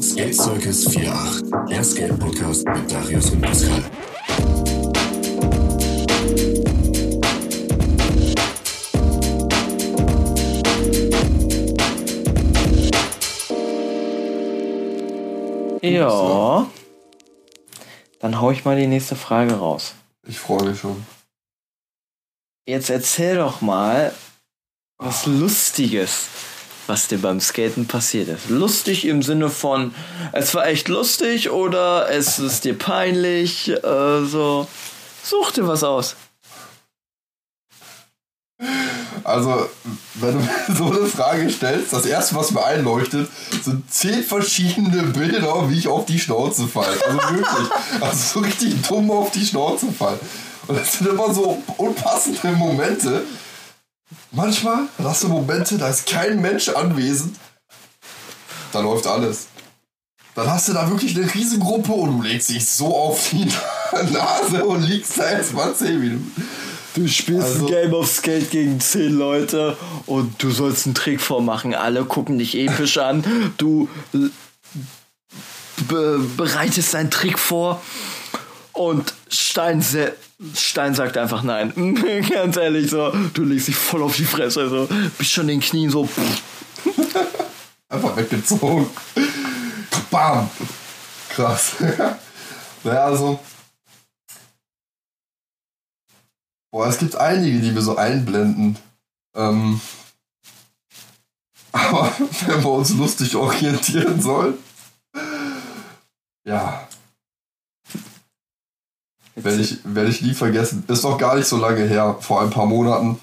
Skate Circus 48, der Skate-Podcast mit Darius und Pascal. Ja, dann hau ich mal die nächste Frage raus. Ich freue mich schon. Jetzt erzähl doch mal was Lustiges, was dir beim Skaten passiert ist. Lustig im Sinne von, es war echt lustig oder es ist dir peinlich, so. Such dir was aus. Also, wenn du mir so eine Frage stellst, das erste, was mir einleuchtet, sind 10 verschiedene Bilder, wie ich auf die Schnauze falle. Also wirklich. Also so richtig dumm auf die Schnauze fallen. Und das sind immer so unpassende Momente. Manchmal hast du Momente, da ist kein Mensch anwesend. Da läuft alles. Dann hast du da wirklich eine Riesengruppe und du legst dich so auf die Nase und liegst da erst mal 10 Minuten. Du spielst ein Game of Skate gegen 10 Leute und du sollst einen Trick vormachen. Alle gucken dich episch an. Du bereitest einen Trick vor und Stein sagt einfach nein. Ganz ehrlich, so, du legst dich voll auf die Fresse. So, bist schon in den Knien so. Einfach weggezogen. Bam. Krass. Naja, also. Boah, es gibt einige, die wir so einblenden. Aber wenn wir uns lustig orientieren sollen. Ja. Werde ich nie vergessen. Ist noch gar nicht so lange her, vor ein paar Monaten.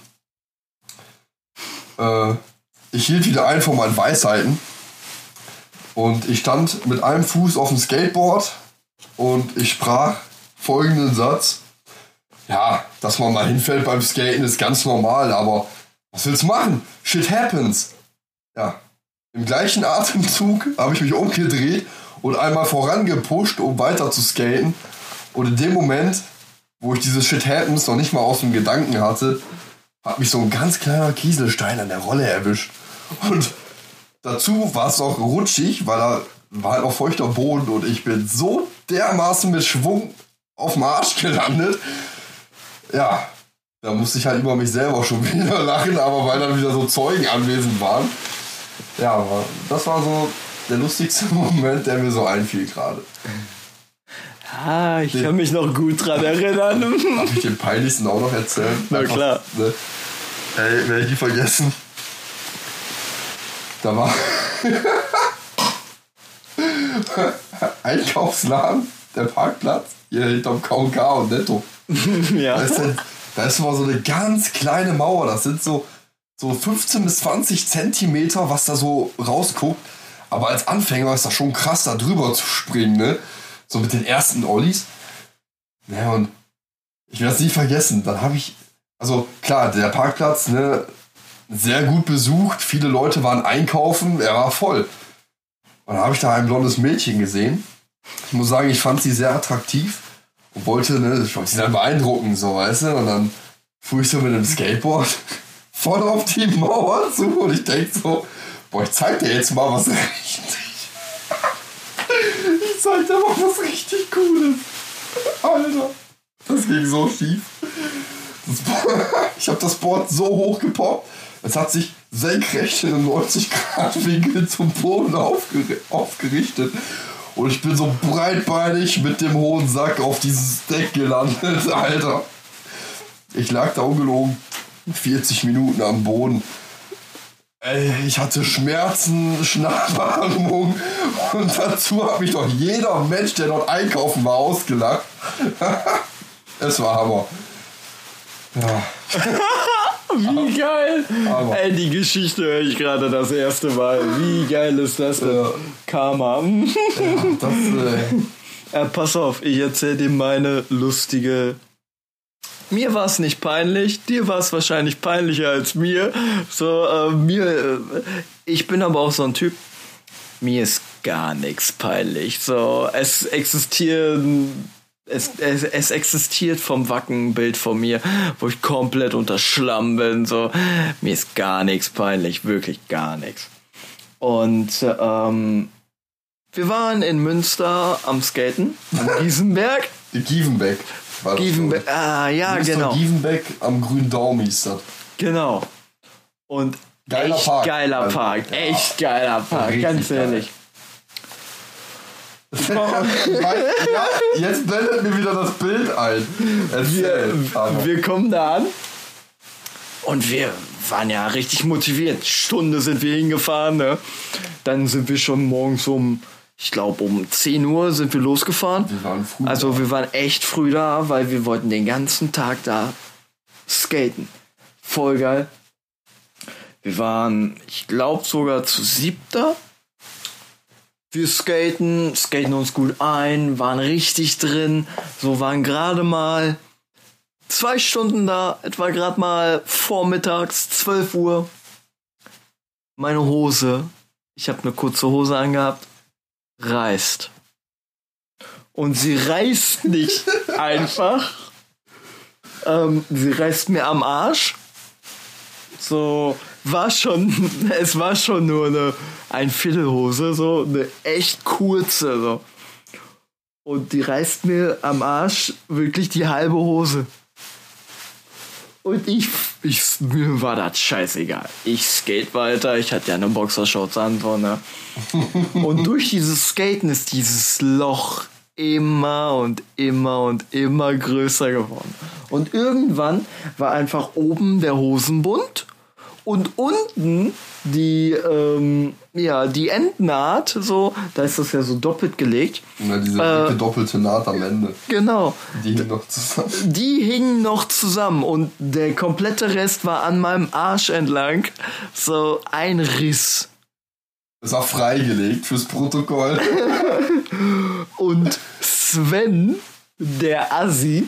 Ich hielt wieder ein von meinen Weisheiten. Und ich stand mit einem Fuß auf dem Skateboard und ich sprach folgenden Satz. Ja, dass man mal hinfällt beim Skaten ist ganz normal, aber was willst du machen? Shit happens. Ja, im gleichen Atemzug habe ich mich umgedreht und einmal vorangepusht, um weiter zu skaten. Und in dem Moment, wo ich dieses Shit happens noch nicht mal aus dem Gedanken hatte, hat mich so ein ganz kleiner Kieselstein an der Rolle erwischt. Und dazu war es auch rutschig, weil da war halt auch feuchter Boden und ich bin so dermaßen mit Schwung auf dem Arsch gelandet. Ja, da musste ich halt über mich selber schon wieder lachen, aber weil dann wieder so Zeugen anwesend waren. Ja, aber das war so der lustigste Moment, der mir so einfiel gerade. Ah, ich kann mich noch gut dran erinnern. Darf ich den peinlichsten auch noch erzählen? Na einfach, klar. Ne? Ey, werde ich nie vergessen. Da war Einkaufsladen, der Parkplatz, hier hinterm K&K und Netto. Ja. Da ist immer so eine ganz kleine Mauer, das sind so 15 bis 20 Zentimeter, was da so rausguckt. Aber als Anfänger ist das schon krass, da drüber zu springen, ne? So mit den ersten Ollies. Ja, und ich werde es nie vergessen. Dann habe ich, also klar, der Parkplatz, ne, sehr gut besucht. Viele Leute waren einkaufen, er war voll. Und dann habe ich da ein blondes Mädchen gesehen. Ich muss sagen, ich fand sie sehr attraktiv und wollte sie dann beeindrucken, so, weißt du. Und dann fuhr ich so mit dem Skateboard voll auf die Mauer zu und ich denke so, boah, ich zeig dir jetzt mal was richtig. Ich zeig dir mal was richtig Cooles. Alter, das ging so schief. Ich habe das Board so hoch gepoppt, es hat sich senkrecht in einem 90-Grad-Winkel zum Boden aufgerichtet. Und ich bin so breitbeinig mit dem hohen Sack auf dieses Deck gelandet, Alter. Ich lag da ungelogen 40 Minuten am Boden. Ey, ich hatte Schmerzen, Schnappatmung und dazu hat mich doch jeder Mensch, der dort einkaufen war, ausgelacht. Es war Hammer. Ja. Wie geil! Aber. Ey, die Geschichte höre ich gerade das erste Mal. Wie geil ist das denn? Ja. Karma. Ja, pass auf, ich erzähle dir meine lustige. Mir war es nicht peinlich, dir war es wahrscheinlich peinlicher als mir. Ich bin aber auch so ein Typ, mir ist gar nichts peinlich. So, es existiert vom Wacken ein Bild von mir, wo ich komplett unter Schlamm bin. So, mir ist gar nichts peinlich, wirklich gar nichts. Und Wir waren in Münster am Skaten, am Giesenberg. Gievenbeck. Gievenbeck, ja, Münster genau. Gievenbeck am Grünen Daumen hieß das. Genau. Und Geiler echt Park. geiler Also, Park. ja. Echt geiler Park, Richtig ganz geil. ehrlich. Ja, jetzt blendet mir wieder das Bild ein. Wir kommen da an und wir waren ja richtig motiviert. Stunde sind wir hingefahren. Ne? Dann sind wir schon morgens ich glaube um 10 Uhr sind wir losgefahren. Wir waren früh Also da. wir waren echt früh da, weil wir wollten den ganzen Tag da skaten. Voll geil. Wir waren, ich glaube sogar zu 7. Wir skaten uns gut ein, waren richtig drin. So waren gerade mal 2 Stunden da, etwa gerade mal vormittags, 12 Uhr. Meine Hose, ich habe eine kurze Hose angehabt, reißt. Und sie reißt nicht einfach. Sie reißt mir am Arsch. So, es war schon nur ein Viertelhose, so eine echt kurze, so. Und die reißt mir am Arsch wirklich die halbe Hose. Und mir war das scheißegal. Ich skate weiter, ich hatte ja eine Boxershorts an, so, ne? Und durch dieses Skaten ist dieses Loch immer und immer und immer größer geworden. Und irgendwann war einfach oben der Hosenbund und unten die Endnaht, so, da ist das ja so doppelt gelegt. Ja, diese dicke doppelte Naht am Ende. Genau. Die hingen noch zusammen. Die hingen noch zusammen und der komplette Rest war an meinem Arsch entlang. So ein Riss. Das war freigelegt fürs Protokoll. Und Sven, der Assi,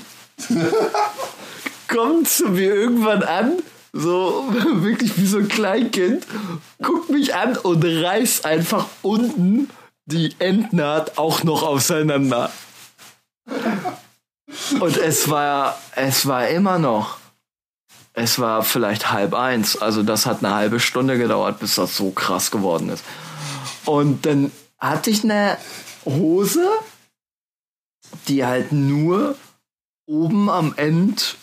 kommt zu mir irgendwann an, so wirklich wie so ein Kleinkind, guckt mich an und reißt einfach unten die Endnaht auch noch auseinander. Und es war immer noch, es war vielleicht 12:30, also das hat eine halbe Stunde gedauert, bis das so krass geworden ist. Und dann hatte ich eine Hose, die halt nur oben am End,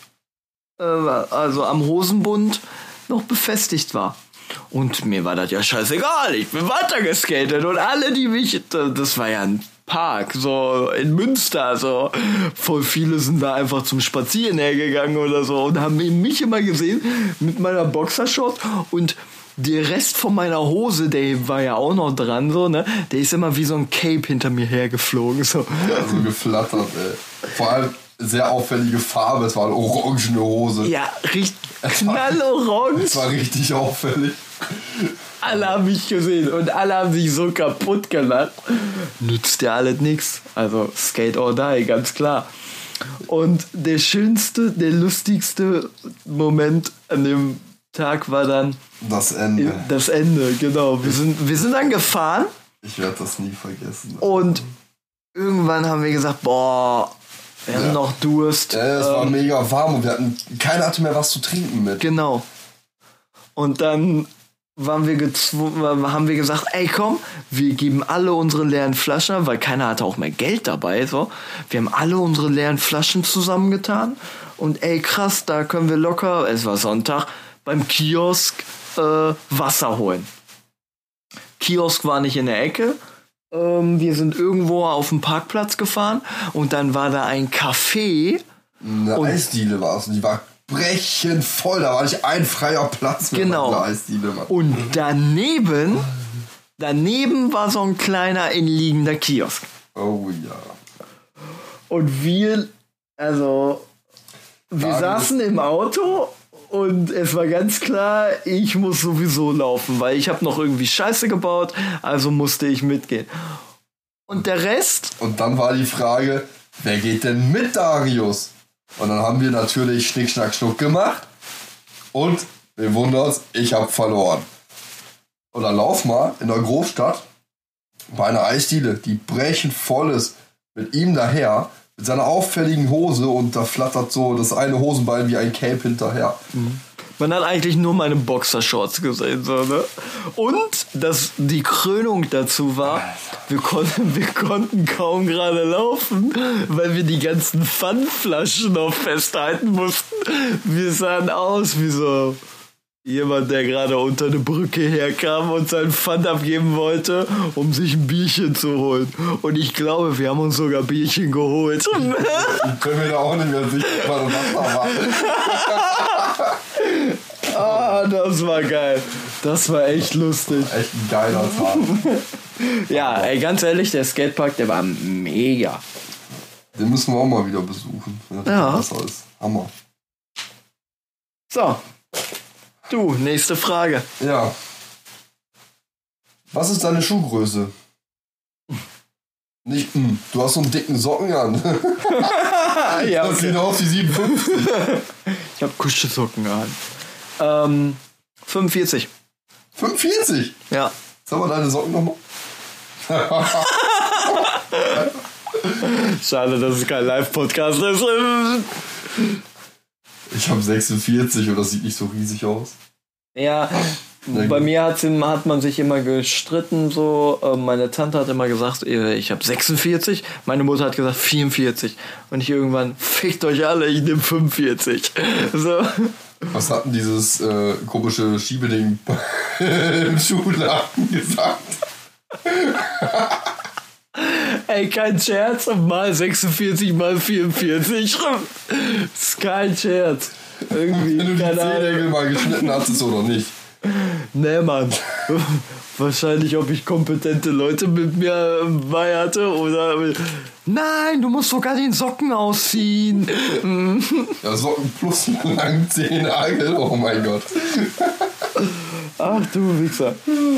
also am Hosenbund, noch befestigt war. Und mir war das ja scheißegal, ich bin weitergeskatet und alle, die mich, das war ja ein Park, so in Münster, so voll viele sind da einfach zum Spazieren hergegangen oder so und haben mich immer gesehen mit meiner Boxershort und der Rest von meiner Hose, der war ja auch noch dran, so, ne? Der ist immer wie so ein Cape hinter mir hergeflogen, so. Ja, so geflattert, ey. Vor allem sehr auffällige Farbe, es war eine orangene Hose. Ja, richtig knallorange. Es war richtig auffällig. Alle haben mich gesehen und alle haben sich so kaputt gelacht. Nützt ja alles nix. Also skate or die, ganz klar. Und der schönste, der lustigste Moment an dem Tag war dann Das Ende. das Ende, genau. Wir sind dann gefahren Ich werde das nie vergessen. und irgendwann haben wir gesagt, boah, wir haben noch Durst. Es war mega warm und keiner hatte mehr was zu trinken mit. Genau. Und dann haben wir gesagt, ey komm, wir geben alle unsere leeren Flaschen, weil keiner hatte auch mehr Geld dabei, so. Wir haben alle unsere leeren Flaschen zusammengetan und ey krass, da können wir locker, es war Sonntag, beim Kiosk Wasser holen. Kiosk war nicht in der Ecke. Wir sind irgendwo auf dem Parkplatz gefahren und dann war da ein Café. Eine Eisdiele war es und die war brechend voll. Da war nicht ein freier Platz mehr Genau. bei der Eisdiele. Mann. Und daneben war so ein kleiner innenliegender Kiosk. Oh ja. Und wir saßen im Auto und es war ganz klar, ich muss sowieso laufen, weil ich habe noch irgendwie Scheiße gebaut, also musste ich mitgehen. Und der Rest? Und dann war die Frage, wer geht denn mit Darius? Und dann haben wir natürlich Schnick, Schnack, Schnuck gemacht. Und, wir wundern uns, ich habe verloren. Und dann lauf mal in der Großstadt bei einer Eisdiele, die brechend voll ist, mit ihm daher, mit seiner auffälligen Hose und da flattert so das eine Hosenbein wie ein Cape hinterher. Man hat eigentlich nur meine Boxershorts gesehen, so, ne? Und die Krönung dazu war, wir konnten kaum gerade laufen, weil wir die ganzen Pfandflaschen noch festhalten mussten. Wir sahen aus wie so jemand, der gerade unter eine Brücke herkam und seinen Pfand abgeben wollte, um sich ein Bierchen zu holen. Und ich glaube, wir haben uns sogar Bierchen geholt. Ich bin mir da auch nicht mehr sicher, was da war. Ah, das war geil. Das war echt lustig. Echt ein geiler Tag. Ja, ey, ganz ehrlich, der Skatepark, der war mega. Den müssen wir auch mal wieder besuchen. Ja. Das ist Hammer. So. Du, nächste Frage. Ja. Was ist deine Schuhgröße? Nicht, du hast so einen dicken Socken an. Ja, Das sieht aus wie 57. Ich hab Kuschelsocken an. 45. 45? Ja. Sag mal deine Socken nochmal. Schade, dass es kein Live-Podcast ist. Ich habe 46 und das sieht nicht so riesig aus. Ja, bei mir hat man sich immer gestritten, so. Meine Tante hat immer gesagt, ich habe 46. Meine Mutter hat gesagt 44. Und ich irgendwann, fickt euch alle, ich nehme 45. So. Was hat denn dieses komische Schiebeding im Schuhladen gesagt? Ey, kein Scherz, mal 46, mal 44. Das ist kein Scherz. Irgendwie, Wenn du die Zehennägel mal geschnitten hast oder nicht. Nee, Mann. Wahrscheinlich, ob ich kompetente Leute mit mir bei hatte oder... Nein, du musst sogar den Socken ausziehen. Ja, Socken plus einen langen Zehennagel, oh mein Gott. Ach du Wichser.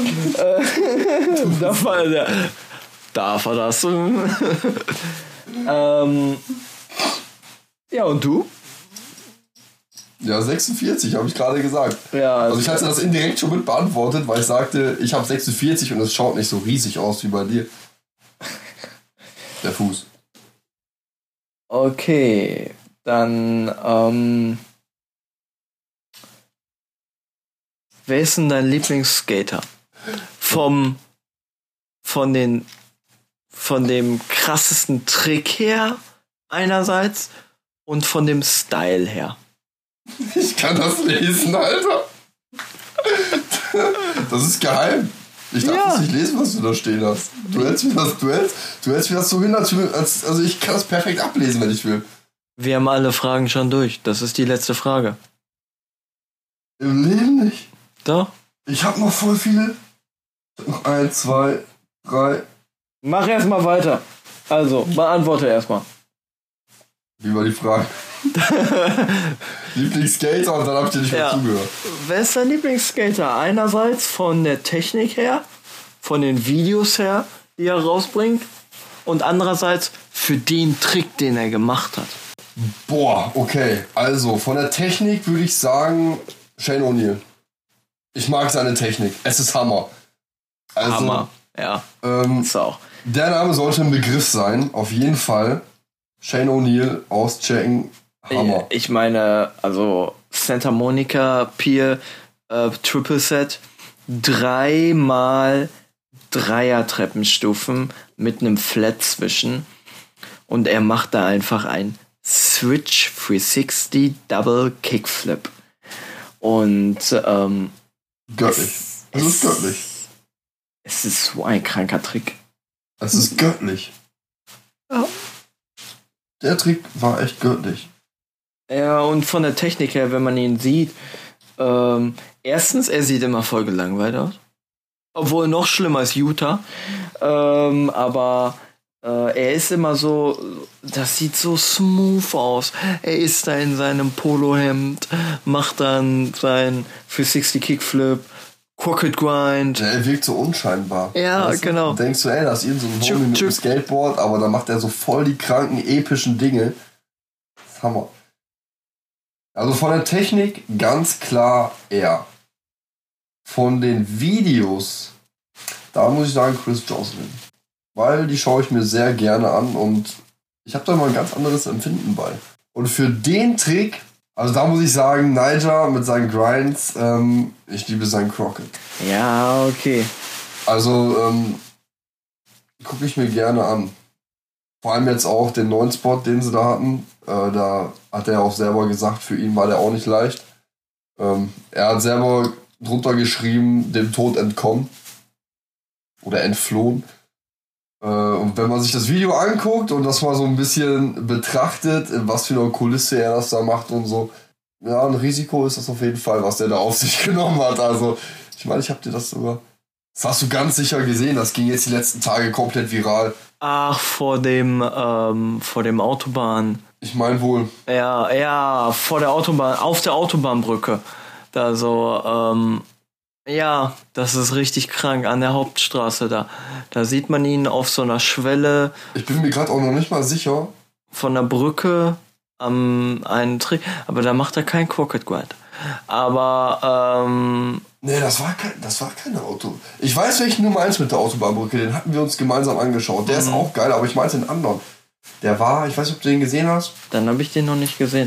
Darf er das? Ja, und du? Ja, 46, habe ich gerade gesagt. Ja, also ich hatte das indirekt schon mit beantwortet, weil ich sagte, ich habe 46 und es schaut nicht so riesig aus wie bei dir. Der Fuß. Okay, dann, wer ist denn dein Lieblingsskater? Von dem krassesten Trick her einerseits und von dem Style her. Ich kann das lesen, Alter. Das ist geheim. Ich darf das nicht lesen, was du da stehen hast. Du hältst mir das so hin, also ich kann das perfekt ablesen, wenn ich will. Wir haben alle Fragen schon durch. Das ist die letzte Frage. Im Leben nicht. Doch. Ich hab noch voll viele. Noch 1, 2, 3. Mach erstmal weiter. Also, beantworte erstmal. Wie war die Frage? Lieblingsskater und dann hab ich dir nicht mehr zugehört. Wer ist dein Lieblingsskater? Einerseits von der Technik her, von den Videos her, die er rausbringt, und andererseits für den Trick, den er gemacht hat. Boah, okay. Also, von der Technik würde ich sagen Shane O'Neill. Ich mag seine Technik. Es ist Hammer. Also, Hammer, ja. Ist auch. Der Name sollte ein Begriff sein, auf jeden Fall. Shane O'Neill auschecken. Hammer. Ich meine, also Santa Monica Pier Triple Set, 3x Dreier-Treppenstufen mit einem Flat zwischen. Und er macht da einfach ein Switch 360 Double Kickflip. Und göttlich. Es ist göttlich. Es ist so ein kranker Trick. Es ist göttlich. Ja. Der Trick war echt göttlich. Ja, und von der Technik her, wenn man ihn sieht, erstens, er sieht immer voll gelangweilt aus. Obwohl noch schlimmer als Utah. Aber er ist immer so, das sieht so smooth aus. Er ist da in seinem Polohemd, macht dann sein 360 Kickflip, Crooked Grind. Er wirkt so unscheinbar. Ja, weißt du? genau. Du denkst so, ey, da ist irgend so ein Homie mit einem Skateboard, aber dann macht er so voll die kranken, epischen Dinge. Das ist Hammer. Also von der Technik ganz klar er. Von den Videos, da muss ich sagen Chris Joslin. Weil die schaue ich mir sehr gerne an und ich habe da mal ein ganz anderes Empfinden bei. Und für den Trick Also da muss ich sagen, Nyjah mit seinen Grinds, ich liebe seinen Crockett. Ja, okay. Also gucke ich mir gerne an. Vor allem jetzt auch den neuen Spot, den sie da hatten. Da hat er auch selber gesagt, für ihn war der auch nicht leicht. Er hat selber drunter geschrieben, dem Tod entkommen. Oder entflohen. Und wenn man sich das Video anguckt und das mal so ein bisschen betrachtet, in was für eine Kulisse er das da macht und so, ja, ein Risiko ist das auf jeden Fall, was der da auf sich genommen hat. Also, ich meine, ich hab dir das sogar... Das hast du ganz sicher gesehen, das ging jetzt die letzten Tage komplett viral. Ach, vor dem Autobahn. Ich meine wohl. Ja, vor der Autobahn, auf der Autobahnbrücke. Da so, ja, das ist richtig krank an der Hauptstraße da. Da sieht man ihn auf so einer Schwelle. Ich bin mir gerade auch noch nicht mal sicher. Von der Brücke am einen Trick, aber da macht er kein Crockett Grind. Aber, nee, das war kein Auto. Ich weiß, welchen du meinst mit der Autobahnbrücke, den hatten wir uns gemeinsam angeschaut. Der ist auch geil, aber ich meinte den anderen. Der war, ich weiß nicht, ob du den gesehen hast. Dann habe ich den noch nicht gesehen.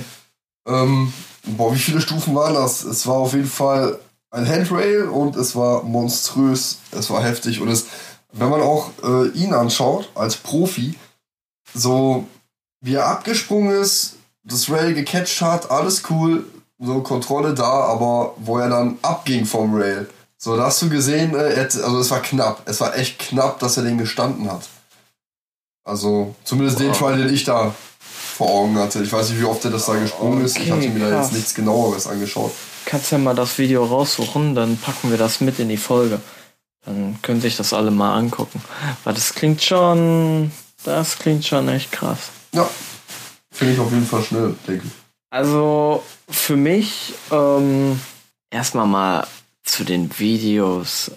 Wie viele Stufen waren das? Es war auf jeden Fall ein Handrail und es war monströs. Es war heftig und wenn man auch ihn anschaut, als Profi, so wie er abgesprungen ist, das Rail gecatcht hat, alles cool, so Kontrolle da, aber wo er dann abging vom Rail. So, da hast du gesehen, also es war knapp. Es war echt knapp, dass er den gestanden hat. Also, zumindest den Fall, den ich da vor Augen hatte. Ich weiß nicht, wie oft er das da gesprungen ist. Ich hatte mir da jetzt nichts Genaueres angeschaut. Kannst ja mal das Video raussuchen, dann packen wir das mit in die Folge. Dann können sich das alle mal angucken. Weil das klingt schon echt krass. Ja, finde ich auf jeden Fall schnell, denke ich. Also für mich erstmal mal zu den Videos.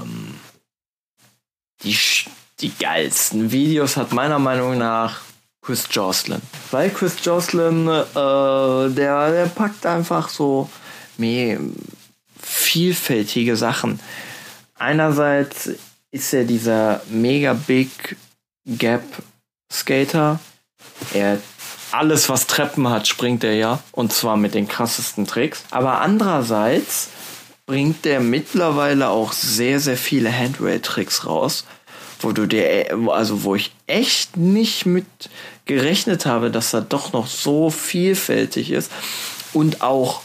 Die geilsten Videos hat meiner Meinung nach Chris Joslin. Weil Chris Joslin, der packt einfach so vielfältige Sachen. Einerseits ist er dieser mega Big Gap Skater. Alles, was Treppen hat, springt er ja. Und zwar mit den krassesten Tricks. Aber andererseits bringt er mittlerweile auch sehr, sehr viele Handrail-Tricks raus, wo ich echt nicht mit gerechnet habe, dass er doch noch so vielfältig ist. Und auch,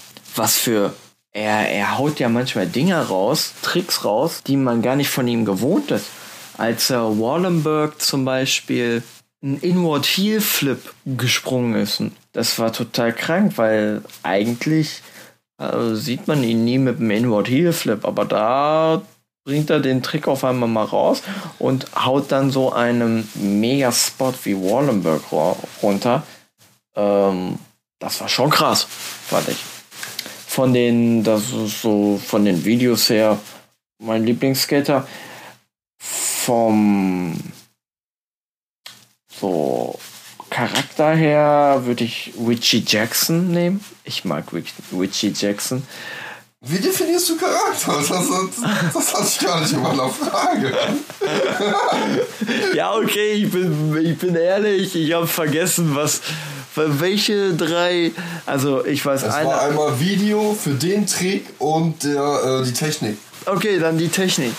er haut ja manchmal Tricks raus, die man gar nicht von ihm gewohnt ist. Als Wallenberg zum Beispiel ein Inward Heel Flip gesprungen ist. Das war total krank, weil eigentlich sieht man ihn nie mit dem Inward Heel Flip, aber da bringt er den Trick auf einmal mal raus und haut dann so einen Mega-Spot wie Wallenberg runter. Das war schon krass, fand ich. Das ist so von den Videos her mein Lieblingsskater. Vom Charakter her würde ich Richie Jackson nehmen. Ich mag Richie Jackson. Wie definierst du Charakter? Das hatte ich gar nicht in meiner Frage. Ja, okay, ich bin ehrlich, ich habe vergessen, welche drei, also ich weiß Es war einmal Video für den Trick und die Technik. Okay, dann die Technik.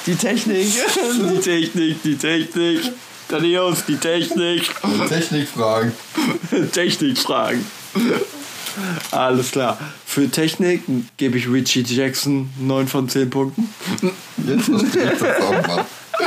Thaddeus, die Technik. Technikfragen. Technikfragen. Alles klar. Für Technik gebe ich Richie Jackson 9 von 10 Punkten. Jetzt verstehe ich das auch mal.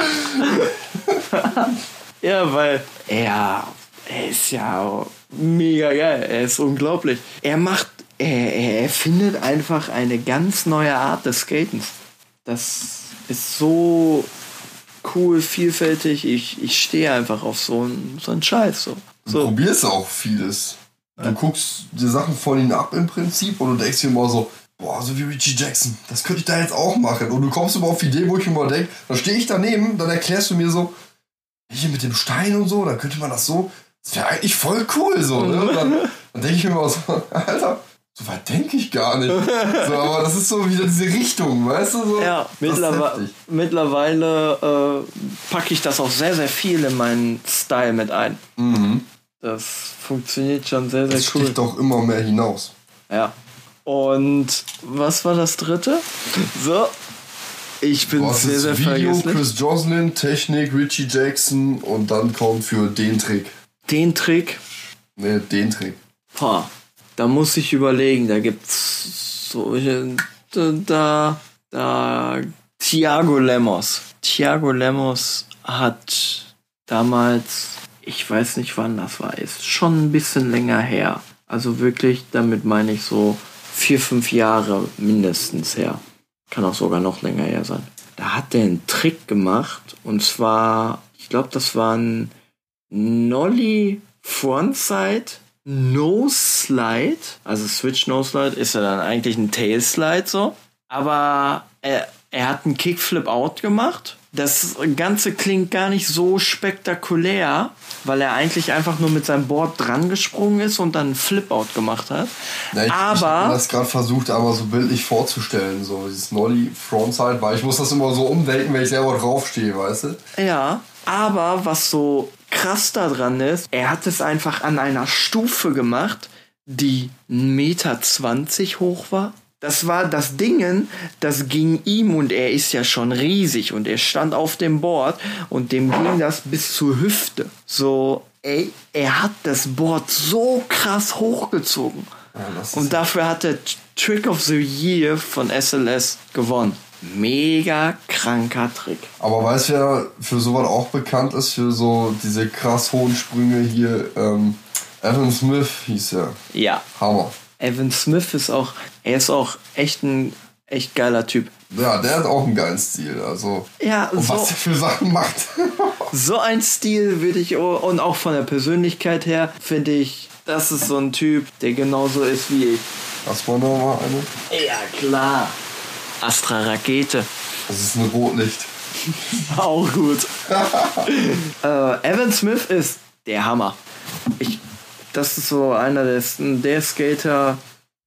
Ja, weil er ist ja mega geil. Er ist unglaublich. Er findet einfach eine ganz neue Art des Skatens. Das ist so cool, vielfältig. Ich stehe einfach auf so einen Scheiß. Du probierst auch vieles. Du guckst dir Sachen von ihnen ab im Prinzip und du denkst dir immer so, boah, so wie Richie Jackson, das könnte ich da jetzt auch machen. Und du kommst immer auf die Idee, wo ich mir immer denke, dann stehe ich daneben, dann erklärst du mir so, hier mit dem Stein und so, dann könnte man das so, das wäre eigentlich voll cool so. Ne? Und dann denke ich mir immer so, Alter, so weit denke ich gar nicht. So, aber das ist so wieder diese Richtung, weißt du? So, ja, mittlerweile packe ich das auch sehr, sehr viel in meinen Style mit ein. Mhm. Das funktioniert schon sehr, sehr das cool. Das sticht doch immer mehr hinaus. Ja. Und was war das dritte? So. Ich bin Was sehr, ist sehr Video, vergesslich. Chris Joslin, Technik, Richie Jackson und dann kommt für den Trick. Den Trick, Den Trick. da muss ich überlegen. Da gibt's solche. Da. Thiago Lemos. Thiago Lemos hat damals, ich weiß nicht wann das war, ist schon ein bisschen länger her. Also wirklich, damit meine ich so 4-5 Jahre mindestens her. Kann auch sogar noch länger her sein. Da hat der einen Trick gemacht und zwar, ich glaube, das war ein Nollie Frontside No Slide. Also Switch No Slide ist ja dann eigentlich ein Tail Slide so. Aber er hat einen Kickflip Out gemacht. Das Ganze klingt gar nicht so spektakulär, weil er eigentlich einfach nur mit seinem Board dran gesprungen ist und dann einen Flip-Out gemacht hat. Ja, ich habe das gerade versucht, aber so bildlich vorzustellen, so dieses Nollie Frontside, weil ich muss das immer so umdenken, wenn ich selber draufstehe, weißt du? Ja, aber was so krass daran ist, er hat es einfach an einer Stufe gemacht, die 1,20 Meter hoch war. Das war das Ding, das ging ihm und er ist ja schon riesig und er stand auf dem Board und dem ging das bis zur Hüfte. So, er hat das Board so krass hochgezogen. Ja, und dafür hat er Trick of the Year von SLS gewonnen. Mega kranker Trick. Aber weißt du, wer für sowas auch bekannt ist, für so diese krass hohen Sprünge hier? Evan Smith hieß er. Ja. Hammer. Evan Smith ist auch echt ein echt geiler Typ. Ja, der hat auch einen geilen Stil. Also, ja, und was der für Sachen macht. So ein Stil würde ich, und auch von der Persönlichkeit her, finde ich, das ist so ein Typ, der genauso ist wie ich. Was war noch mal eine? Ja, klar. Astra Rakete. Das ist ein Rotlicht. Auch gut. Evan Smith ist der Hammer. Das ist so einer der Skater,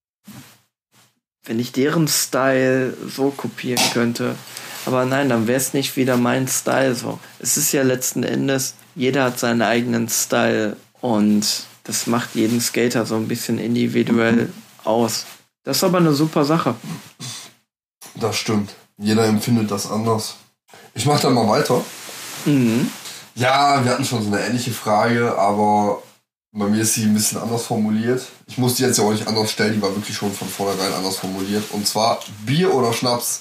wenn ich deren Style so kopieren könnte. Aber nein, dann wäre es nicht wieder mein Style so. Es ist ja letzten Endes, jeder hat seinen eigenen Style und das macht jeden Skater so ein bisschen individuell aus. Das ist aber eine super Sache. Das stimmt. Jeder empfindet das anders. Ich mache dann mal weiter. Mhm. Ja, wir hatten schon so eine ähnliche Frage, aber bei mir ist sie ein bisschen anders formuliert. Ich muss die jetzt ja auch nicht anders stellen, die war wirklich schon von vornherein anders formuliert. Und zwar Bier oder Schnaps?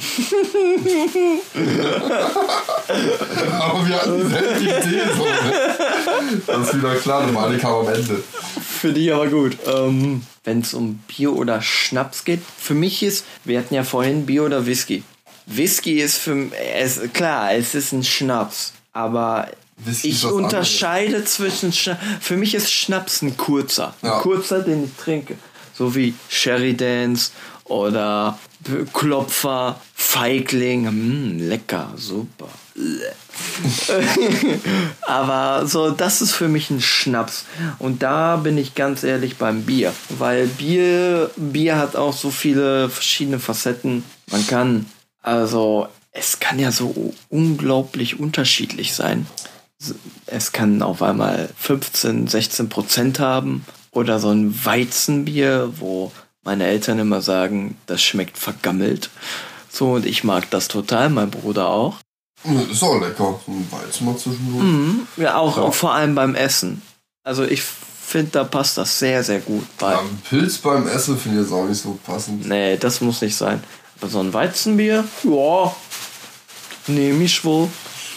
Aber wir hatten dieselbe Idee. So, ne? Das ist wieder klar, meine kam am Ende. Für dich aber gut. Wenn es um Bier oder Schnaps geht, für mich ist, wir hatten ja vorhin Bier oder Whisky. Whisky ist klar, es ist ein Schnaps, aber Whisky ich unterscheide zwischen für mich ist Schnaps ein kurzer. Ja. Ein kurzer, den ich trinke. So wie Sherry Dance oder Klopfer, Feigling. Lecker, super. Aber so, das ist für mich ein Schnaps. Und da bin ich ganz ehrlich beim Bier. Weil Bier hat auch so viele verschiedene Facetten. Es kann ja so unglaublich unterschiedlich sein. Es kann auf einmal 15-16% haben oder so ein Weizenbier, wo meine Eltern immer sagen, das schmeckt vergammelt. So, und ich mag das total, mein Bruder auch. Das ist auch lecker, so ein Weizen mal zwischendurch. Ja, auch vor allem beim Essen. Also ich finde, da passt das sehr, sehr gut bei. Ja, ein Pilz beim Essen finde ich jetzt auch nicht so passend. Nee, das muss nicht sein. Aber so ein Weizenbier, ja, nehme ich wohl.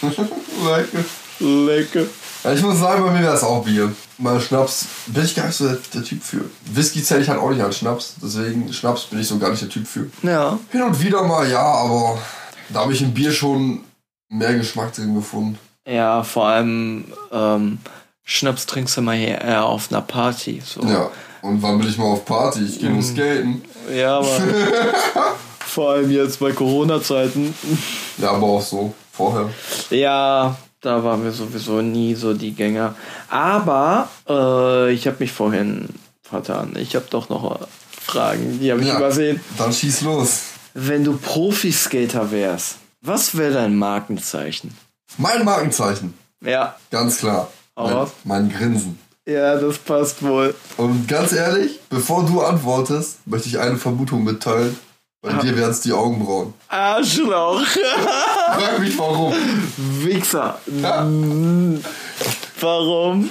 Lecker. Ja, ich muss sagen, bei mir wäre es auch Bier. Mal Schnaps bin ich gar nicht so der Typ für. Whisky zähle ich halt auch nicht als Schnaps. Deswegen Schnaps bin ich so gar nicht der Typ für. Ja. Hin und wieder mal, ja, aber da habe ich im Bier schon mehr Geschmack drin gefunden. Ja, vor allem Schnaps trinkst du mal eher auf einer Party. So. Ja, und wann bin ich mal auf Party? Ich gehe nur skaten. Ja, aber vor allem jetzt bei Corona-Zeiten. Ja, aber auch so, vorher. Ja, da waren wir sowieso nie so die Gänger. Aber ich habe mich vorhin vertan. Ich habe doch noch Fragen, die habe ich übersehen. Dann schieß los. Wenn du Profiskater wärst, was wäre dein Markenzeichen? Mein Markenzeichen? Ja. Ganz klar. Mein Grinsen. Ja, das passt wohl. Und ganz ehrlich, bevor du antwortest, möchte ich eine Vermutung mitteilen. Bei dir wären es die Augenbrauen. Arschloch. Frag mich warum. Wichser. Ja. Warum?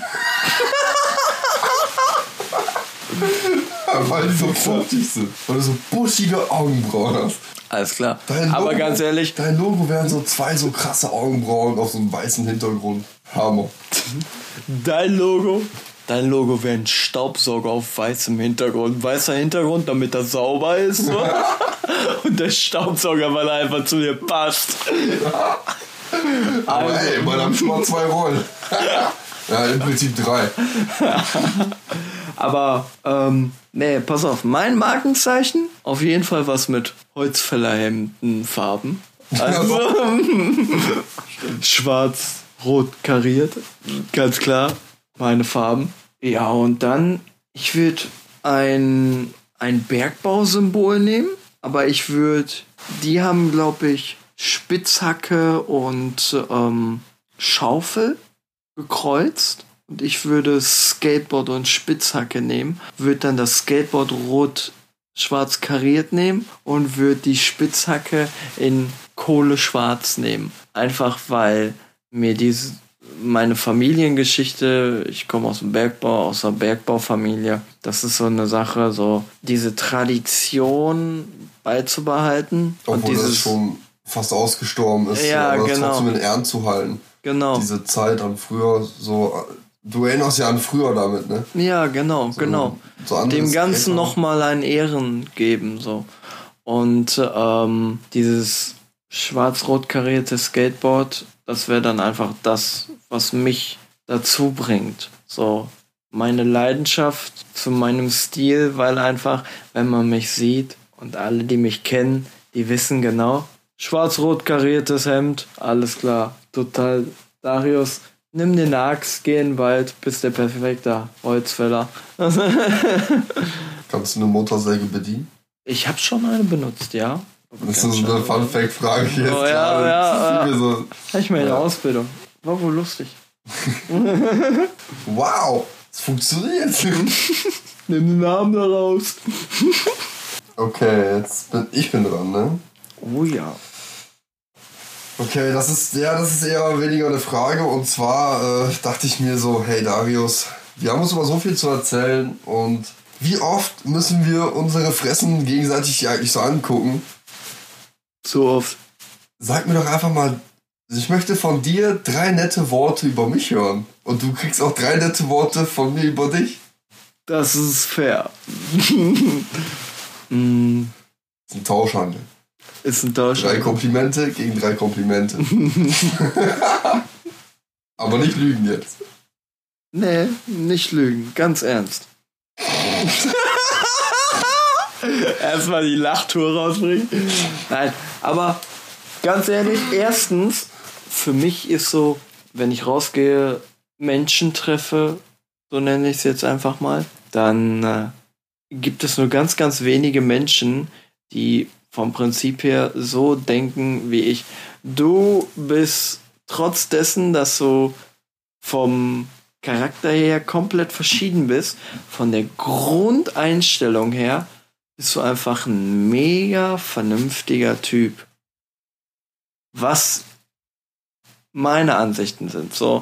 Weil die so fruchtig sind. Weil du so buschige Augenbrauen hast. Alles klar. Aber ganz ehrlich, Dein Logo wären so 2 so krasse Augenbrauen auf so einem weißen Hintergrund. Hammer. dein Logo wäre ein Staubsauger auf weißem Hintergrund. Weißer Hintergrund, damit er sauber ist. So. Und der Staubsauger, weil er einfach zu dir passt. Aber ey, man hat schon mal 2 Rollen. Ja, im Prinzip 3. Aber, nee, pass auf. Mein Markenzeichen, auf jeden Fall was mit Holzfällerhemdenfarben. Also, schwarz, rot kariert. Ganz klar, meine Farben. Ja, und dann, ich würde ein Bergbausymbol nehmen. Aber ich würde, die haben, glaube ich, Spitzhacke und Schaufel gekreuzt. Und ich würde Skateboard und Spitzhacke nehmen, würde dann das Skateboard rot-schwarz kariert nehmen und würde die Spitzhacke in Kohle-schwarz nehmen. Einfach weil mir meine Familiengeschichte, ich komme aus dem Bergbau, aus einer Bergbaufamilie, das ist so eine Sache, so diese Tradition beizubehalten. Obwohl und das schon fast ausgestorben ist, ja, aber das genau. trotzdem in Ehren zu halten. Genau. Diese Zeit an früher, so, du erinnerst ja an früher damit, ne? Ja, genau. So Dem Ganzen Skater. nochmal einen Ehren geben, so. Und dieses schwarz-rot karierte Skateboard, das wäre dann einfach das, was mich dazu bringt. So, meine Leidenschaft zu meinem Stil, weil einfach, wenn man mich sieht und alle, die mich kennen, die wissen genau, schwarz-rot kariertes Hemd, alles klar, total. Darius, nimm den Axt, geh in den Wald, bist der perfekte Holzfäller. Kannst du eine Motorsäge bedienen? Ich habe schon eine benutzt, ja. Das ist so eine Fun-Fact-Frage jetzt. Oh, ja, gerade. ja. So, Hatte ich mal in der Ausbildung. War wohl lustig. wow, es funktioniert. Nimm den Namen da raus. Okay, jetzt bin ich dran, ne? Oh ja. Okay, das ist eher weniger eine Frage. Und zwar dachte ich mir so, hey Darius, wir haben uns immer so viel zu erzählen. Und wie oft müssen wir unsere Fressen gegenseitig eigentlich so angucken? So oft. Sag mir doch einfach mal, ich möchte von dir 3 nette Worte über mich hören. Und du kriegst auch 3 nette Worte von mir über dich. Das ist fair. Das ist ein Tauschhandel. Ist ein Tausch. 3 Komplimente gegen 3 Komplimente. Aber nicht lügen jetzt. Nee, nicht lügen. Ganz ernst. Erstmal die Lachtour rausbringen. Nein, aber ganz ehrlich, erstens, für mich ist so, wenn ich rausgehe, Menschen treffe, so nenne ich es jetzt einfach mal, dann gibt es nur ganz, ganz wenige Menschen, die vom Prinzip her so denken wie ich. Du bist trotz dessen, dass du vom Charakter her komplett verschieden bist, von der Grundeinstellung her, bist du einfach ein mega vernünftiger Typ. Was meine Ansichten sind. So,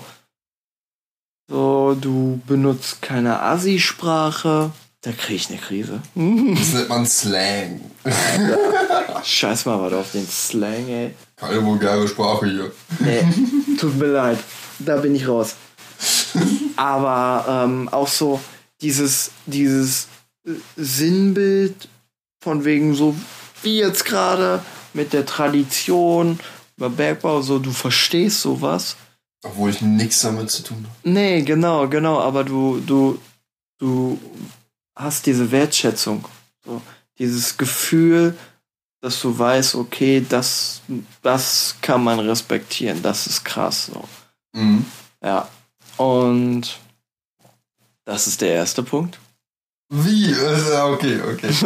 du benutzt keine Assi-Sprache, da krieg ich eine Krise. Das nennt man Slang. Scheiß mal was auf den Slang, ey. Keine vulgäre Sprache hier. Nee, tut mir leid. Da bin ich raus. Aber auch so dieses Sinnbild von wegen so wie jetzt gerade mit der Tradition über Bergbau, so du verstehst sowas. Obwohl ich nichts damit zu tun habe. Nee, genau, aber du hast diese Wertschätzung, so dieses Gefühl, dass du weißt, okay, das kann man respektieren, das ist krass, so. Mhm. Ja, und das ist der erste Punkt. Wie? Ja, okay.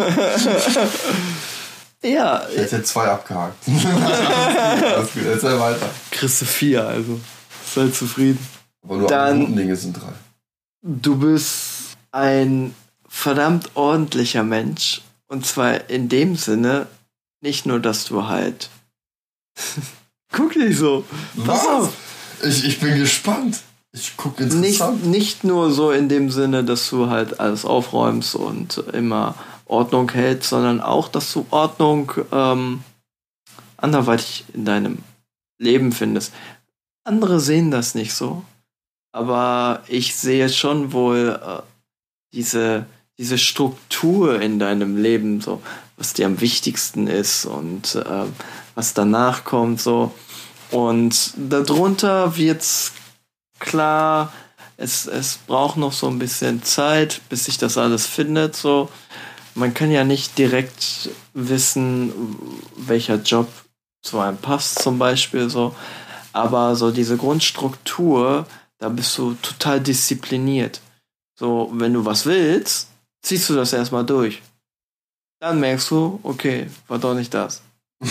Ja. Ich hätte jetzt 2 abgehakt. Alles gut, erzähl weiter. Kriegst du 4, also sei zufrieden. Aber nur Dann- alle guten Dinge sind 3. du bist ein verdammt ordentlicher Mensch. Und zwar in dem Sinne, nicht nur, dass du halt... Guck nicht so. Pass auf. Ich bin gespannt. Ich gucke interessant. Nicht nur so in dem Sinne, dass du halt alles aufräumst und immer Ordnung hältst, sondern auch, dass du Ordnung anderweitig in deinem Leben findest. Andere sehen das nicht so, aber ich sehe schon wohl diese Struktur in deinem Leben, so was dir am wichtigsten ist und was danach kommt, so. Und darunter wird's klar, es braucht noch so ein bisschen Zeit, bis sich das alles findet, so. Man kann ja nicht direkt wissen, welcher Job zu einem passt, zum Beispiel, so. Aber so diese Grundstruktur, da bist du total diszipliniert. So, wenn du was willst, ziehst du das erstmal durch. Dann merkst du, okay, war doch nicht das.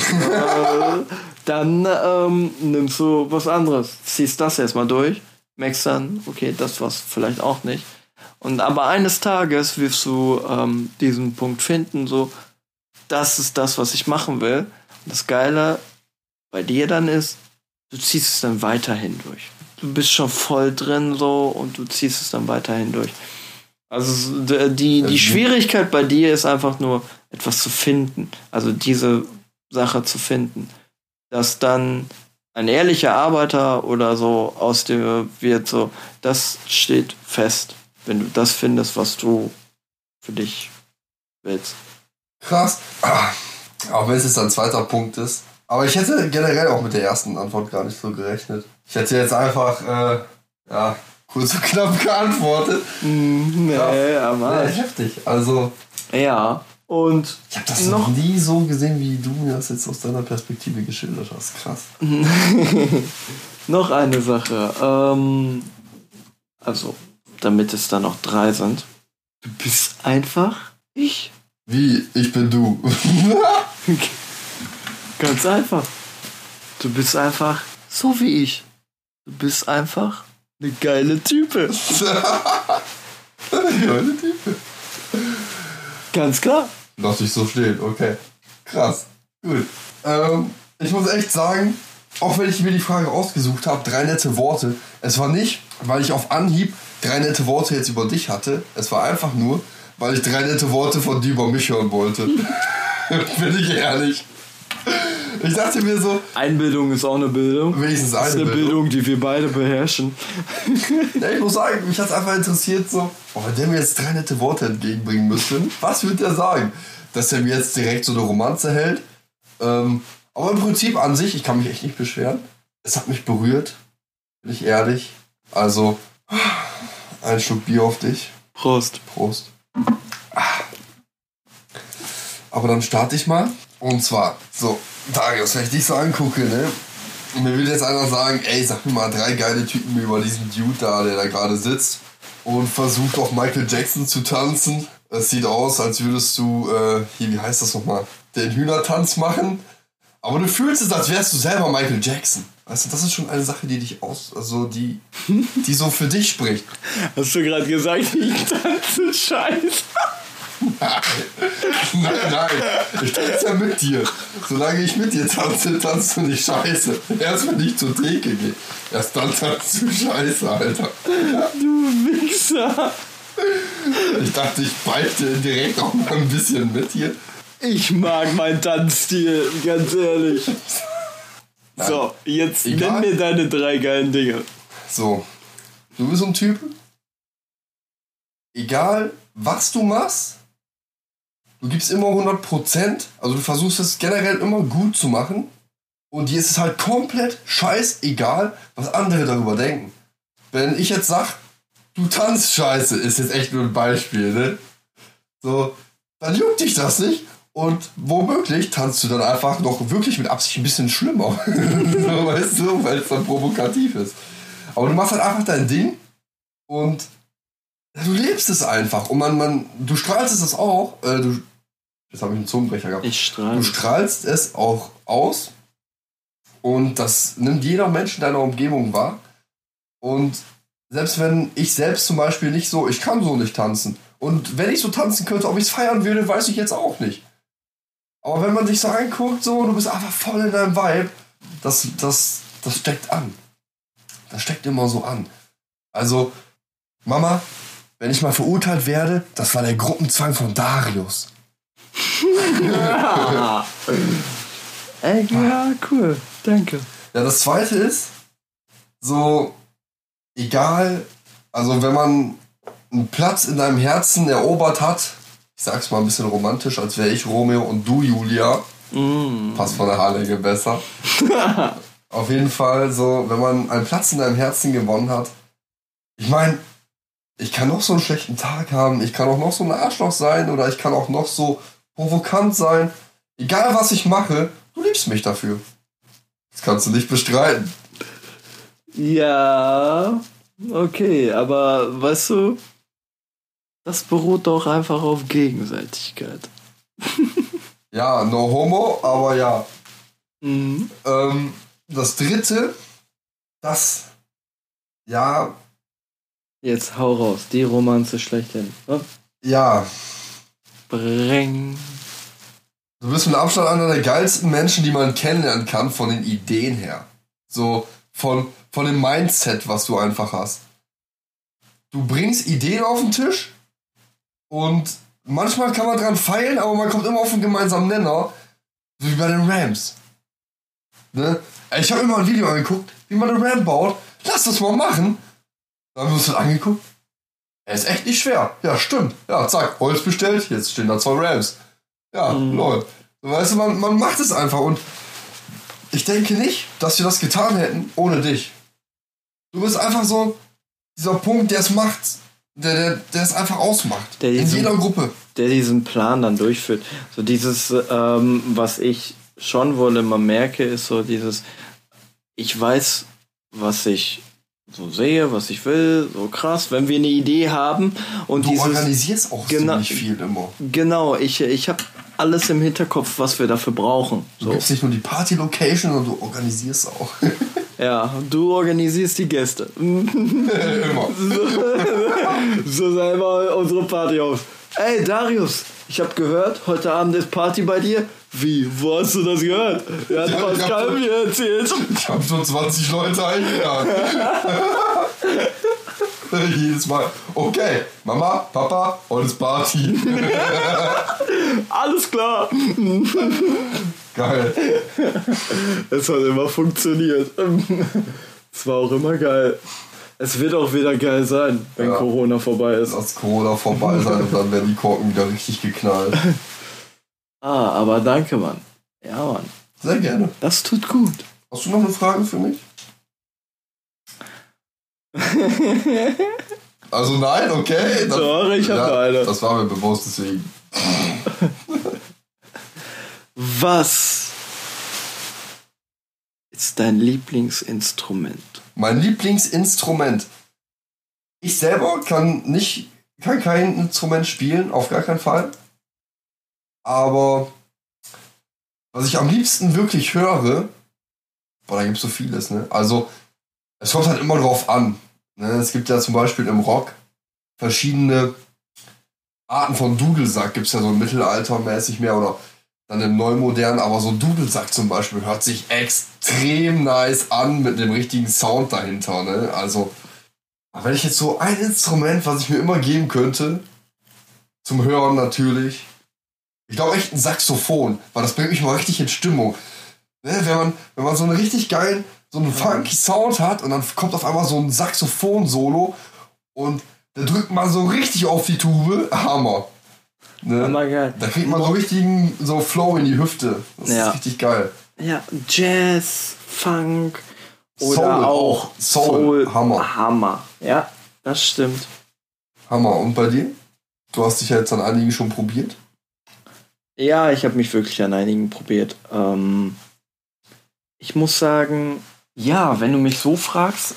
Dann nimmst du was anderes, ziehst das erstmal durch, merkst dann, okay, das war's vielleicht auch nicht. Und aber eines Tages wirst du diesen Punkt finden, so, das ist das, was ich machen will. Und das Geile bei dir dann ist, du ziehst es dann weiterhin durch. Du bist schon voll drin so und du ziehst es dann weiterhin durch. Also die Schwierigkeit bei dir ist einfach nur, etwas zu finden. Also diese Sache zu finden. Dass dann ein ehrlicher Arbeiter oder so aus dir wird, so, das steht fest, wenn du das findest, was du für dich willst. Krass. Auch wenn es jetzt ein zweiter Punkt ist. Aber ich hätte generell auch mit der ersten Antwort gar nicht so gerechnet. Ich hätte jetzt einfach, kurz und knapp geantwortet. Aber heftig. Also. Ja, und ich habe das noch nie so gesehen, wie du mir das jetzt aus deiner Perspektive geschildert hast. Krass. Noch eine Sache. Also, damit es dann noch 3 sind. Du bist einfach ich. Wie? Ich bin du. Ganz einfach. Du bist einfach so wie ich. Du bist einfach eine geile Type. Eine geile Type. Ganz klar. Lass dich so stehen, okay. Krass. Gut. Ich muss echt sagen, auch wenn ich mir die Frage ausgesucht habe, 3 nette Worte. Es war nicht, weil ich auf Anhieb 3 nette Worte jetzt über dich hatte. Es war einfach nur, weil ich 3 nette Worte von dir über mich hören wollte. Bin ich ehrlich. Ich dachte mir so... Einbildung ist auch eine Bildung. Wenigstens eine Bildung. Das ist eine Bildung, die wir beide beherrschen. Ja, ich muss sagen, mich hat es einfach interessiert, so, wenn der mir jetzt 3 nette Worte entgegenbringen müsste, was würde der sagen? Dass er mir jetzt direkt so eine Romanze hält. Aber im Prinzip an sich, ich kann mich echt nicht beschweren. Es hat mich berührt, bin ich ehrlich. Also, ein Schluck Bier auf dich. Prost. Prost. Aber dann starte ich mal. Und zwar, so, Darius, wenn ich dich so angucke, ne? Und mir will jetzt einer sagen, ey, sag mir mal 3 geile Typen über diesen Dude da, der da gerade sitzt und versucht auf Michael Jackson zu tanzen. Es sieht aus, als würdest du, wie heißt das nochmal, den Hühnertanz machen. Aber du fühlst es, als wärst du selber Michael Jackson. Weißt du, das ist schon eine Sache, die dich die so für dich spricht. Hast du gerade gesagt, ich tanze scheiße? Nein. Ich tanze ja mit dir. Solange ich mit dir tanze, tanzt du nicht scheiße. Erst wenn ich zur Theke gehe. Erst dann tanzt du scheiße, Alter. Du Wichser. Ich dachte, ich beichte direkt auch mal ein bisschen mit hier. Ich mag meinen Tanzstil, ganz ehrlich. Nein. So, jetzt nenn mir deine 3 geilen Dinge. So, du bist so ein Typ. Egal, was du machst, du gibst immer 100%. Also du versuchst es generell immer gut zu machen. Und dir ist es halt komplett scheißegal, was andere darüber denken. Wenn ich jetzt sag, du tanzt scheiße, ist jetzt echt nur ein Beispiel, ne? So, dann juckt dich das nicht. Und womöglich tanzt du dann einfach noch wirklich mit Absicht ein bisschen schlimmer. So, weißt du, weil es dann provokativ ist. Aber du machst halt einfach dein Ding und du lebst es einfach. Und du strahlst es auch. Jetzt habe ich einen Zungenbrecher gehabt. Du strahlst es auch aus. Und das nimmt jeder Mensch in deiner Umgebung wahr. Und selbst wenn ich selbst zum Beispiel nicht so, ich kann so nicht tanzen. Und wenn ich so tanzen könnte, ob ich es feiern würde, weiß ich jetzt auch nicht. Aber wenn man sich so anguckt, so, du bist einfach voll in deinem Vibe, das steckt an. Das steckt immer so an. Also, Mama, wenn ich mal verurteilt werde, das war der Gruppenzwang von Darius. Ey, ja, cool. Danke. Ja, das zweite ist, so, egal, also wenn man einen Platz in deinem Herzen erobert hat, ich sag's mal ein bisschen romantisch, als wäre ich Romeo und du Julia, passt von der Haarlänge besser. Auf jeden Fall, so, wenn man einen Platz in deinem Herzen gewonnen hat, ich meine, ich kann noch so einen schlechten Tag haben, ich kann auch noch so ein Arschloch sein oder ich kann auch noch so provokant sein. Egal was ich mache, du liebst mich dafür. Das kannst du nicht bestreiten. Ja, okay, aber weißt du, das beruht doch einfach auf Gegenseitigkeit. Ja, no homo, aber ja. Mhm. Das dritte, das, ja, Jetzt hau raus, die Romanze schlechthin. Hopp. ja, Breng. du bist mit Abstand einer der geilsten Menschen, die man kennenlernen kann, von den Ideen her. So, von dem Mindset, was du einfach hast. Du bringst Ideen auf den Tisch und manchmal kann man dran feilen, aber man kommt immer auf einen gemeinsamen Nenner, so wie bei den Rams. Ne? Ich habe immer ein Video angeguckt, wie man eine Ram baut. Lass das mal machen. Dann haben wir uns das angeguckt. Er ist echt nicht schwer. Ja, stimmt. Ja, zack, Holz bestellt, jetzt stehen da 2 Rams. Ja, lol. So, weißt du, man macht es einfach und ich denke nicht, dass wir das getan hätten ohne dich. Du bist einfach so dieser Punkt, der es macht, der es einfach ausmacht. In jeder Gruppe. Der diesen Plan dann durchführt. So dieses, was ich schon wohl immer merke, ist so dieses, ich weiß, was ich so sehe, was ich will, so krass, wenn wir eine Idee haben und du organisierst auch ziemlich viel immer. Genau, ich habe alles im Hinterkopf, was wir dafür brauchen. Du gibst nicht nur die Party-Location, sondern du organisierst auch. Ja, du organisierst die Gäste. Immer. So selber unsere Party aus. Ey, Darius, ich habe gehört, heute Abend ist Party bei dir. Wie? Wo hast du das gehört? Ja, hat Pascal mir erzählt. Ich habe schon 20 Leute eingeladen. Jedes Mal. Okay, Mama, Papa, heute ist Party. Alles klar. Geil. Es hat immer funktioniert. Es war auch immer geil. Es wird auch wieder geil sein, wenn Corona vorbei ist. Lass Corona vorbei sein und dann werden die Korken wieder richtig geknallt. Aber danke, Mann. Ja, Mann. Sehr gerne. Das tut gut. Hast du noch eine Frage für mich? Also nein, okay. Doch, ich habe eine. Das war mir bewusst, deswegen. Was ist dein Lieblingsinstrument? Mein Lieblingsinstrument. Ich selber kann kein Instrument spielen, auf gar keinen Fall. Aber was ich am liebsten wirklich höre, da gibt es so vieles, ne? Also, es kommt halt immer drauf an. Ne? Es gibt ja zum Beispiel im Rock verschiedene Arten von Dudelsack. Gibt es ja so mittelaltermäßig mehr oder dann im Neumodernen, aber so Dudelsack zum Beispiel hört sich extrem nice an mit dem richtigen Sound dahinter. Ne? Also, wenn ich jetzt so ein Instrument, was ich mir immer geben könnte, zum Hören natürlich, ich glaube echt ein Saxophon, weil das bringt mich mal richtig in Stimmung. Ne? Wenn man so einen richtig geilen, so einen funky Sound hat und dann kommt auf einmal so ein Saxophon-Solo und der drückt mal so richtig auf die Tube, Hammer. Ne? Hammergeil. Da kriegt man so richtigen so Flow in die Hüfte. Das ist richtig geil. Ja, Jazz, Funk oder Soul auch Soul. Hammer. Hammer. Ja, das stimmt. Hammer. Und bei dir? Du hast dich ja jetzt an einigen schon probiert? Ja, ich habe mich wirklich an einigen probiert. Ich muss sagen, ja, wenn du mich so fragst,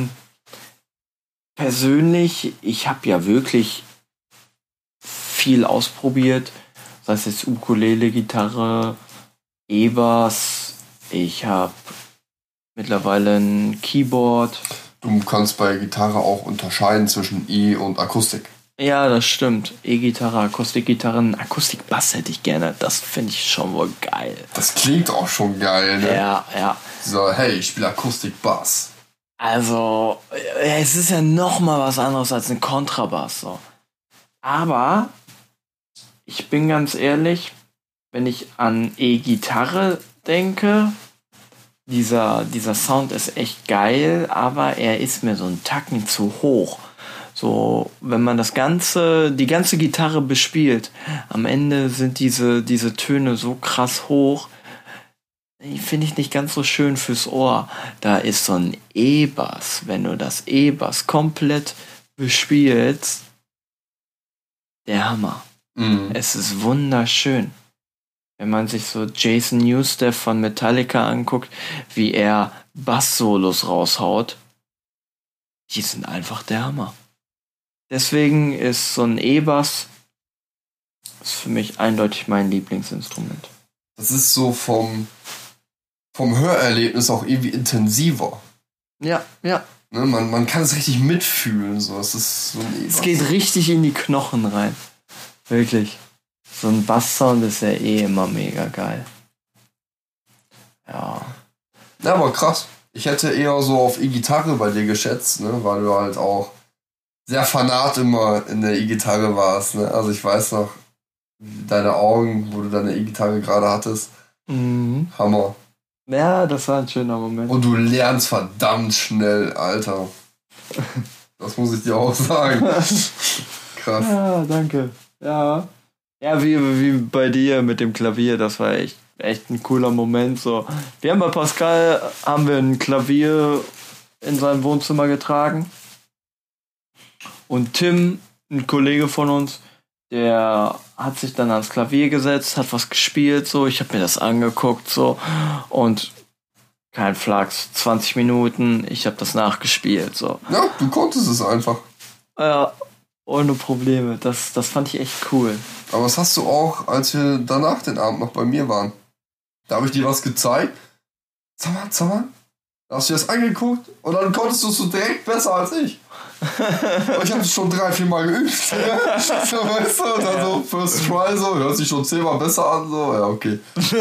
persönlich, ich habe ja wirklich viel ausprobiert. Sei es jetzt Ukulele, Gitarre, E-Bass. Ich habe mittlerweile ein Keyboard. du kannst bei Gitarre auch unterscheiden zwischen E und Akustik. Ja, das stimmt. E-Gitarre, Akustikgitarren, Akustikbass hätte ich gerne. Das finde ich schon wohl geil. Das klingt auch schon geil, ne? Ja. So, hey, ich spiele Akustikbass. Also, es ist ja noch mal was anderes als ein Kontrabass. So. Aber ich bin ganz ehrlich, wenn ich an E-Gitarre denke, dieser Sound ist echt geil, aber er ist mir so ein Tacken zu hoch. So, wenn man die ganze Gitarre bespielt, am Ende sind diese Töne so krass hoch, die finde ich nicht ganz so schön fürs Ohr. Da ist so ein E-Bass, wenn du das E-Bass komplett bespielst, der Hammer. Mhm. Es ist wunderschön. Wenn man sich so Jason Newsted von Metallica anguckt, wie er Bass-Solos raushaut, die sind einfach der Hammer. Deswegen ist so ein E-Bass für mich eindeutig mein Lieblingsinstrument. Das ist so vom Hörerlebnis auch irgendwie intensiver. Ja. Ne, man kann es richtig mitfühlen. So. Es ist so ein Es geht richtig in die Knochen rein. Wirklich. So ein Basssound ist ja immer mega geil. Ja. Ja, aber krass. Ich hätte eher so auf E-Gitarre bei dir geschätzt, ne? Weil du halt auch sehr fanat immer in der E-Gitarre warst. Ne? Also ich weiß noch, deine Augen, wo du deine E-Gitarre gerade hattest. Mhm. Hammer. Ja, das war ein schöner Moment. Und du lernst verdammt schnell, Alter. Das muss ich dir auch sagen. Krass. Ja, danke. Ja. Ja, wie bei dir mit dem Klavier, das war echt ein cooler Moment. So. Wir haben bei Pascal ein Klavier in sein Wohnzimmer getragen. Und Tim, ein Kollege von uns, der hat sich dann ans Klavier gesetzt, hat was gespielt, so. Ich habe mir das angeguckt, so. Und kein Flachs, 20 Minuten, ich habe das nachgespielt, so. Ja, du konntest es einfach. Ja, ohne Probleme. Das fand ich echt cool. Aber das hast du auch, als wir danach den Abend noch bei mir waren. Da habe ich dir was gezeigt. Sag mal. Da hast du dir das angeguckt und dann konntest du es so direkt besser als ich. Aber ich habe es schon 3-4 Mal geübt. So, weißt du, und dann so First Try, so, hört sich schon 10-mal besser an, so, ja, okay.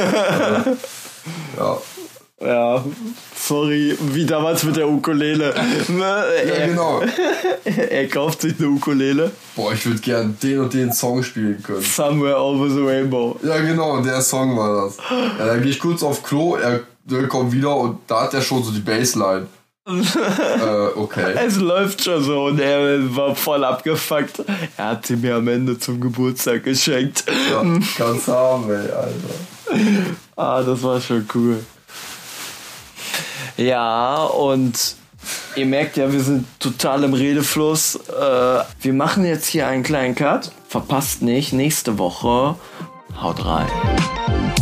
Ja. Ja, sorry, wie damals mit der Ukulele. Ja, genau. Er kauft sich eine Ukulele. Boah, ich würde gern den und den Song spielen können. Somewhere Over the Rainbow. Ja, genau, der Song war das. Ja, dann gehe ich kurz auf Klo, er kommt wieder und da hat er schon so die Bassline. Okay. Es läuft schon so und er war voll abgefuckt. Er hat sie mir am Ende zum Geburtstag geschenkt. Ja, kannst haben, ey, Alter. Das war schon cool. Ja, und ihr merkt ja, wir sind total im Redefluss. Wir machen jetzt hier einen kleinen Cut. Verpasst nicht, nächste Woche. Haut rein.